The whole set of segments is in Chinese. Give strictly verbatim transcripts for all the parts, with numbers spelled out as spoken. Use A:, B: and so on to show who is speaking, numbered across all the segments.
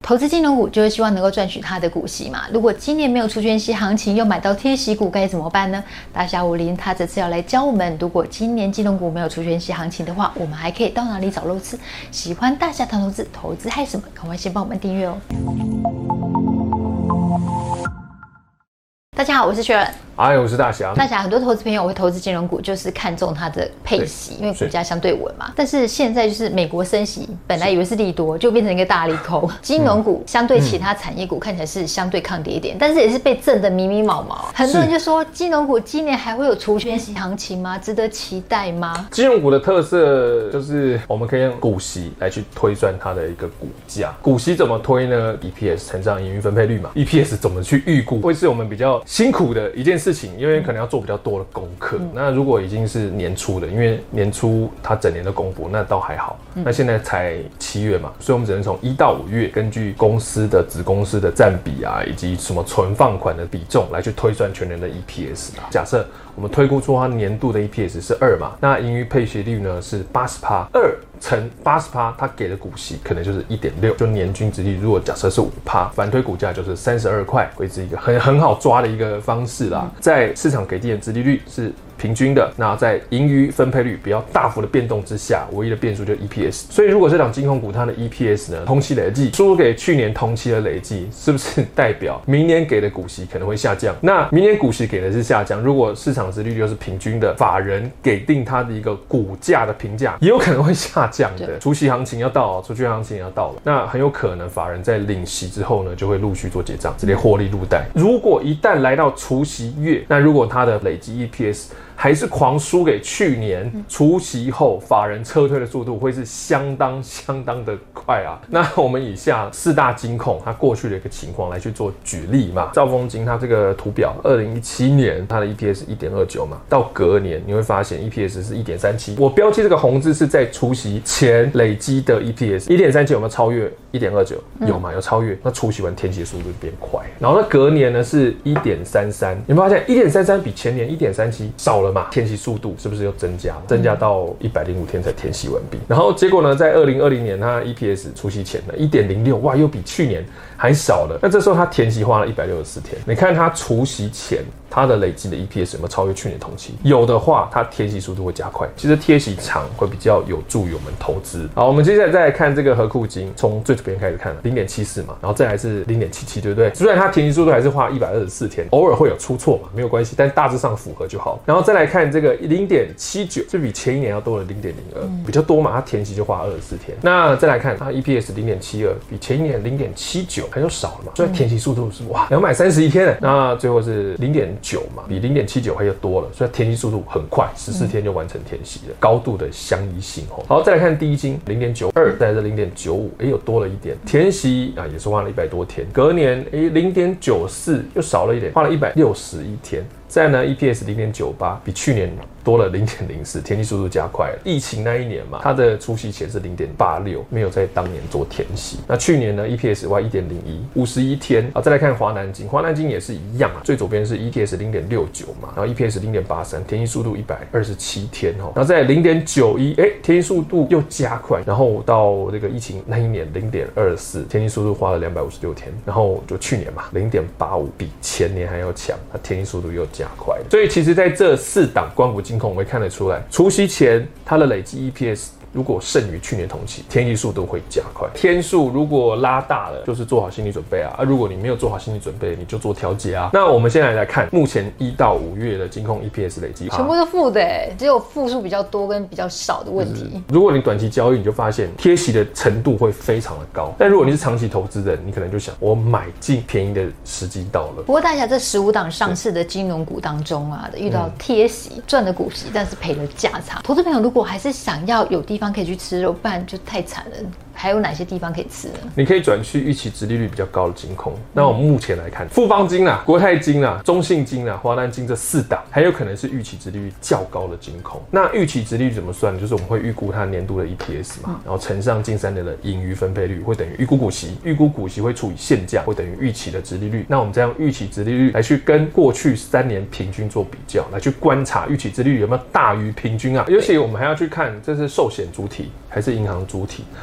A: 投资金融股就是希望能够赚取它的股息嘛。如果今年没有除权息行情，又买到贴息股该怎么办呢？大侠武林他这次要来教我们，如果今年金融股没有除权息行情的话，我们还可以到哪里找肉吃？喜欢大侠谈投资，投资害什么？赶快先帮我们订阅哦。大家好，我是雪人。
B: 哎，我是大侠。
A: 大侠，很多投资朋友会投资金融股，就是看中它的配息，因为股价相对稳嘛。但是现在就是美国升息，本来以为是利多，就变成一个大利空。金融股相对其他产业股看起来是相对抗跌一点，但是也是被震得迷迷毛毛。很多人就说，金融股今年还会有除权息行情吗？值得期待吗？
B: 金融股的特色就是我们可以用股息来去推算它的一个股价。股息怎么推呢 ？E P S 乘上盈余分配率嘛。E P S 怎么去预估，会是我们比较辛苦的一件事情，因为可能要做比较多的功课。嗯、那如果已经是年初的，因为年初它整年的公布，那倒还好。嗯、那现在才七月嘛，所以我们只能从一到五月，根据公司的子公司的占比啊，以及什么存放款的比重来去推算全年的 E P S 啊。假设我们推估出它年度的 E P S 是二嘛，那盈余配息率呢是 百分之八十， 二乘 百分之八十， 它给的股息可能就是 一点六， 就年均殖利率如果假设是 百分之五， 反推股价就是三十二块，会是一个很很好抓的一个方式啦。在市场给定的殖利率是平均的，那在盈余分配率比较大幅的变动之下，唯一的变数就是 E P S。所以如果这档金控股它的 E P S 呢，同期累计输给去年同期的累计，是不是代表明年给的股息可能会下降？那明年股息给的是下降，如果市场殖利率又是平均的，法人给定它的一个股价的评价，也有可能会下降的。除息行情要到了，除权行情也要到了，那很有可能法人在领息之后呢，就会陆续做结账，直接获利入袋。如果一旦来到除息月，那如果它的累计 E P S还是狂输给去年，除息后法人撤退的速度会是相当相当的快啊。那我们以下四大金控它过去的一个情况来去做举例嘛。兆丰金它这个图表，二零一七年它的 E P S 一点二九嘛，到隔年你会发现 E P S 是一点三七。我标记这个红字是在除息前累积的 E P S， 一点三七有没有超越一点二九？有嘛，有超越。那除息完填息的速度就变快，然后呢隔年呢是一点三三，有没有发现一点三三比前年一点三七少了嘛？填息速度是不是又增加了？增加到一百零五天才填息完毕。然后结果呢，在二零二零年它 E P S 除息前呢 一点零六， 哇，又比去年还少了。那这时候它填息花了一百六十四天。你看它除息前它的累计的 E P S 有没有超越去年同期？有的话，它贴息速度会加快。其实贴息长会比较有助于我们投资。好，我们接下来再来看这个合库金，从最左边开始看 零点七四 嘛，然后再来是 零点七七， 对不对？虽然它填息速度还是花一百二十四天，偶尔会有出错嘛，没有关系，但大致上符合就好。然后再来看这个 零点七九，这比前一年要多了 零点零二， 比较多嘛，它填息就花二十四天。那再来看它 E P S 零点七二， 比前一年 零点七九 还有少了嘛，所以填息速度是哇两百三十一天。那最后是零点九嘛，比零点七九还要多了，所以填息速度很快，十四天就完成填息了，高度的相依性哦。好，再来看第一金 零点九二， 再来是 零点九五， 哎，又多了一点。填息啊，也是花了一百多天。隔年哎 零点九四， 又少了一点，花了一百六十一天。再呢 E P S 零点九八， 比去年多了 零点零四， 填息速度加快了。疫情那一年嘛，它的除息前是 零点八六， 没有在当年做填息。那去年呢 E P S 哇 一点零一， 五十一天啊。再来看华南金，华南金也是一样啊，最左边是 E P S 零点六九 嘛，然后 E P S 零点八三， 填息速度一百二十七天哦。然后再 零点九一， 哎，填息速度又加快，然后到这个疫情那一年 零点二四， 填息速度花了两百五十六天，然后就去年嘛 零点八五， 比前年还要强，它填息速度又加快了。所以其实在这四档光谷金控，我们会看得出来，除息前它的累计 E P S如果胜于去年同期，填息速度会加快。天数如果拉大了，就是做好心理准备啊。啊，如果你没有做好心理准备，你就做调节啊。那我们现在来看目前一到五月的金控 E P S 累积，
A: 全部都负的哎，只有负数比较多跟比较少的问题。
B: 就是、如果你短期交易，你就发现贴息的程度会非常的高。但如果你是长期投资人，你可能就想，我买进便宜的时机到了。
A: 不过大家这十五档上市的金融股当中啊，遇到贴息赚的股息，但是赔了价差。投资朋友如果还是想要有地方可以去吃肉，不然就太惨了。还有哪些地方可以吃呢？
B: 你可以转去预期殖利率比较高的金控。那我们目前来看，富邦金啊、国泰金啊、中信金啊、华南金这四档，还有可能是预期殖利率较高的金控。那预期殖利率怎么算？就是我们会预估它年度的 E P S 嘛，然后乘上近三年的盈余分配率，会等于预估股息。预估股息会除以现价，会等于预期的殖利率。那我们再用预期殖利率来去跟过去三年平均做比较，来去观察预期殖利率有没有大于平均啊。尤其我们还要去看这是寿险主体还是银行主体，来去跟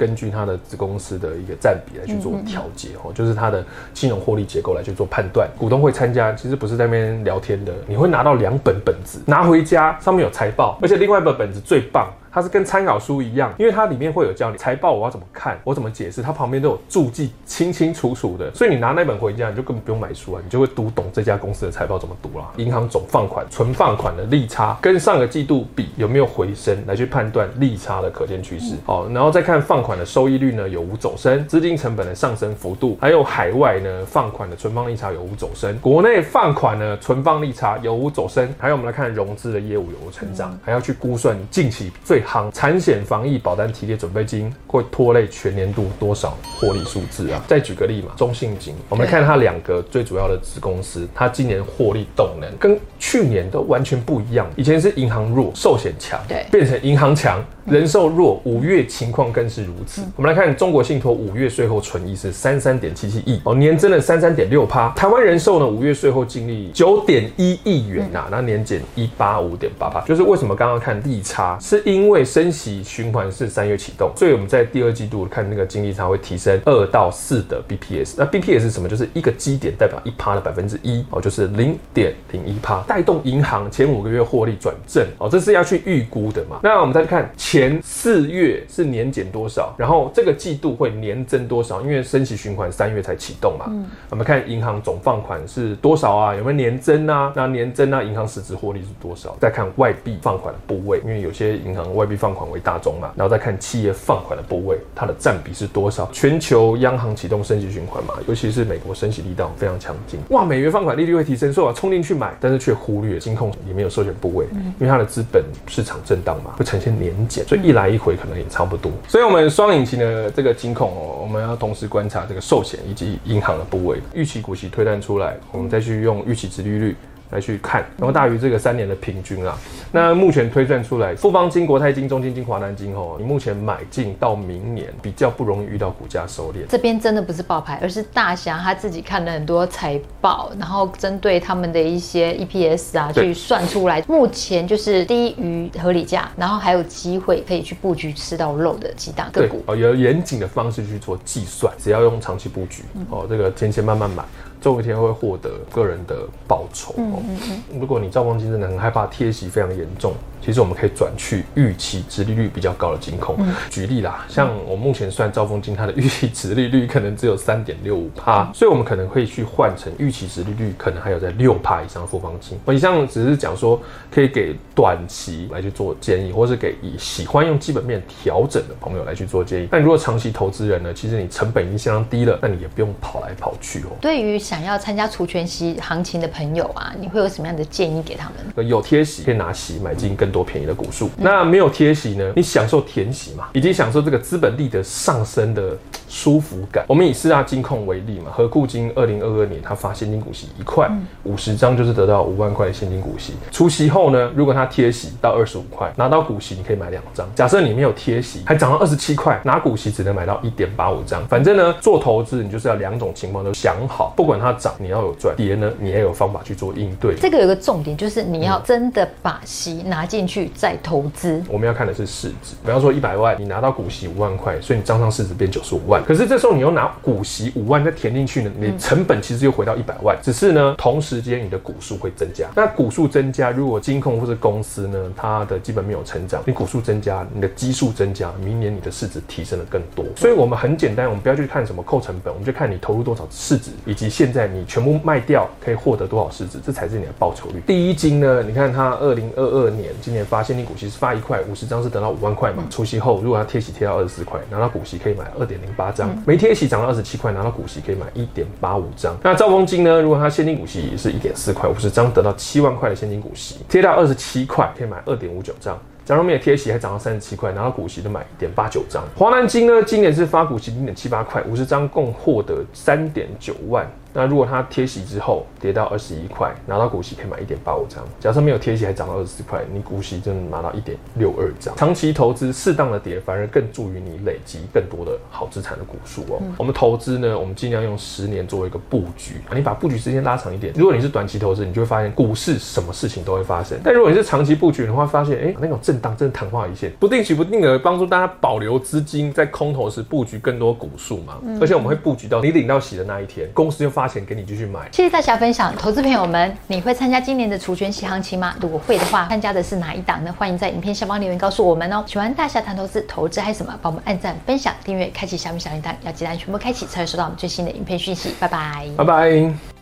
B: 根据它的子公司的一个占比来去做调节哦，就是它的金融获利结构来去做判断。股东会参加其实不是在那边聊天的，你会拿到两本本子拿回家，上面有财报，而且另外一本本子最棒。它是跟参考书一样，因为它里面会有教你财报我要怎么看，我怎么解释，它旁边都有注记，清清楚楚的。所以你拿那本回家，你就根本不用买书啊，你就会读懂这家公司的财报怎么读啦。银行总放款、存放款的利差跟上个季度比有没有回升，来去判断利差的可见趋势。好，然后再看放款的收益率呢有无走升，资金成本的上升幅度，还有海外呢放款的存放利差有无走升，国内放款呢存放利差有无走升，还有我们来看融资的业务有无成长，还要去估算近期最夯产险防疫保单提列准备金会拖累全年度多少获利数字啊？再举个例嘛，中信金，我们来看它两个最主要的子公司，它今年获利动能跟去年都完全不一样。以前是银行弱，寿险强，对，变成银行强，人寿弱，五月情况更是如此。嗯、我们来看中国信托五月税后纯益是三十三点七七亿，哦，年增了三十三点六趴。台湾人寿呢，五月税后净利九点一亿元呐、啊，那年减一百八十五点八趴。就是为什么刚刚看利差，是因为升息循环是三月启动，所以我们在第二季度看那个净利差会提升二到四的 B P S。那 B P S 是什么？就是一个基点代表一趴的百分之一哦，就是零点零一趴，带动银行前五个月获利转正哦，这是要去预估的嘛。那我们再看前四月是年减多少，然后这个季度会年增多少？因为升息循环三月才启动嘛。嗯、我们看银行总放款是多少啊？有没有年增啊？那年增啊，银行实质获利是多少？再看外币放款的部位，因为有些银行外币放款为大宗嘛，然后再看企业放款的部位，它的占比是多少？全球央行启动升息循环嘛，尤其是美国升息力道非常强劲，哇，美元放款利率会提升，所以我冲进去买，但是却忽略金控里面有寿险部位，因为它的资本市场震荡嘛，会呈现年减，所以一来一回可能也差不多。所以我们双引擎的这个金控哦，我们要同时观察这个寿险以及银行的部位，预期股息推断出来，我们再去用预期殖利率来去看，然后大于这个三年的平均啦。那目前推算出来，富邦金、国泰金、中信金、华南金哦，你目前买进到明年比较不容易遇到股价收敛。
A: 这边真的不是爆牌，而是大侠他自己看了很多财报，然后针对他们的一些 E P S 啊去算出来，目前就是低于合理价，然后还有机会可以去布局吃到肉的几档个股。
B: 对，有严谨的方式去做计算，只要用长期布局，嗯、哦，这个钱钱慢慢买。总有一天会获得个人的报酬、哦嗯嗯嗯、如果你兆丰金真的很害怕贴息非常严重，其实我们可以转去预期殖利率比较高的金控、嗯、举例啦，像我目前算兆丰金它的预期殖利率可能只有 三点六五趴、嗯、所以我们可能会去换成预期殖利率可能还有在 百分之六 以上的富邦金。我以上只是讲说可以给短期来去做建议，或是给喜欢用基本面调整的朋友来去做建议。但如果长期投资人呢，其实你成本已经相当低了，那你也不用跑来跑去哦。
A: 对于想要参加除权息行情的朋友啊，你会有什么样的建议给他们？
B: 有贴息可以拿息买进更多便宜的股数、嗯、那没有贴息呢，你享受填息嘛，以及享受这个资本利得上升的舒服感。我们以四大金控为例嘛，合库金二零二二年它发现金股息一块，五十张就是得到五万块的现金股息。除息后呢，如果它贴息到二十五块，拿到股息你可以买两张。假设你没有贴息，还涨到二十七块，拿股息只能买到一点八五张。反正呢，做投资你就是要两种情况都想好，不管它涨你要有赚，跌呢你也有方法去做应对。
A: 这个有个重点就是你要真的把息拿进去再投资、嗯。
B: 我们要看的是市值，比方说一百万，你拿到股息五万块，所以你账上市值变九十五万。可是这时候你又拿股息五万再填进去呢，你成本其实又回到一百万，只是呢同时间你的股数会增加。那股数增加，如果金控或是公司呢，它的基本面有成长，你股数增加，你的基数增加，明年你的市值提升的更多。所以我们很简单，我们不要去看什么扣成本，我们就看你投入多少市值，以及现在你全部卖掉可以获得多少市值，这才是你的报酬率。第一金呢，你看它二零二二年今年发现金股息是发一块，五十张是得到五万块嘛。除息后，如果它贴息贴到二十四块，拿到股息可以买二点零八张；没贴息涨到二十七块，拿到股息可以买一点八五张。那兆丰金呢，如果它现金股息是一点四块，五十张得到七万块的现金股息，贴到二十七块可以买二点五九张。假如没有贴息还涨到三十七块，拿到股息就买 一点八九张。华南金呢，今年是发股息 零点七八块，五十张共获得 三点九万。那如果它贴息之后跌到二十一块，拿到股息可以买 一点八五张。假设没有贴息还涨到二十四块，你股息就能拿到 一点六二张。长期投资适当的跌反而更助于你累积更多的好资产的股数哦。嗯、我们投资呢，我们尽量用十年作为一个布局，你把布局时间拉长一点。如果你是短期投资，你就会发现股市什么事情都会发生。但如果你是长期布局的话，发现哎、欸，那种震震荡，真的昙花一现。不定期不定额帮助大家保留资金，在空头时布局更多股数嘛。嗯、而且我们会布局到你领到息的那一天，公司就发钱给你继续买。
A: 谢谢大侠分享，投资朋友们，你会参加今年的除权息行情吗？如果会的话，参加的是哪一档呢？欢迎在影片下方留言告诉我们哦。喜欢大侠谈投资，投资还是什么？帮我们按赞、分享、订阅、开启小米小铃铛，要记得按全部开启，才会收到我们最新的影片讯息。拜拜，
B: 拜拜。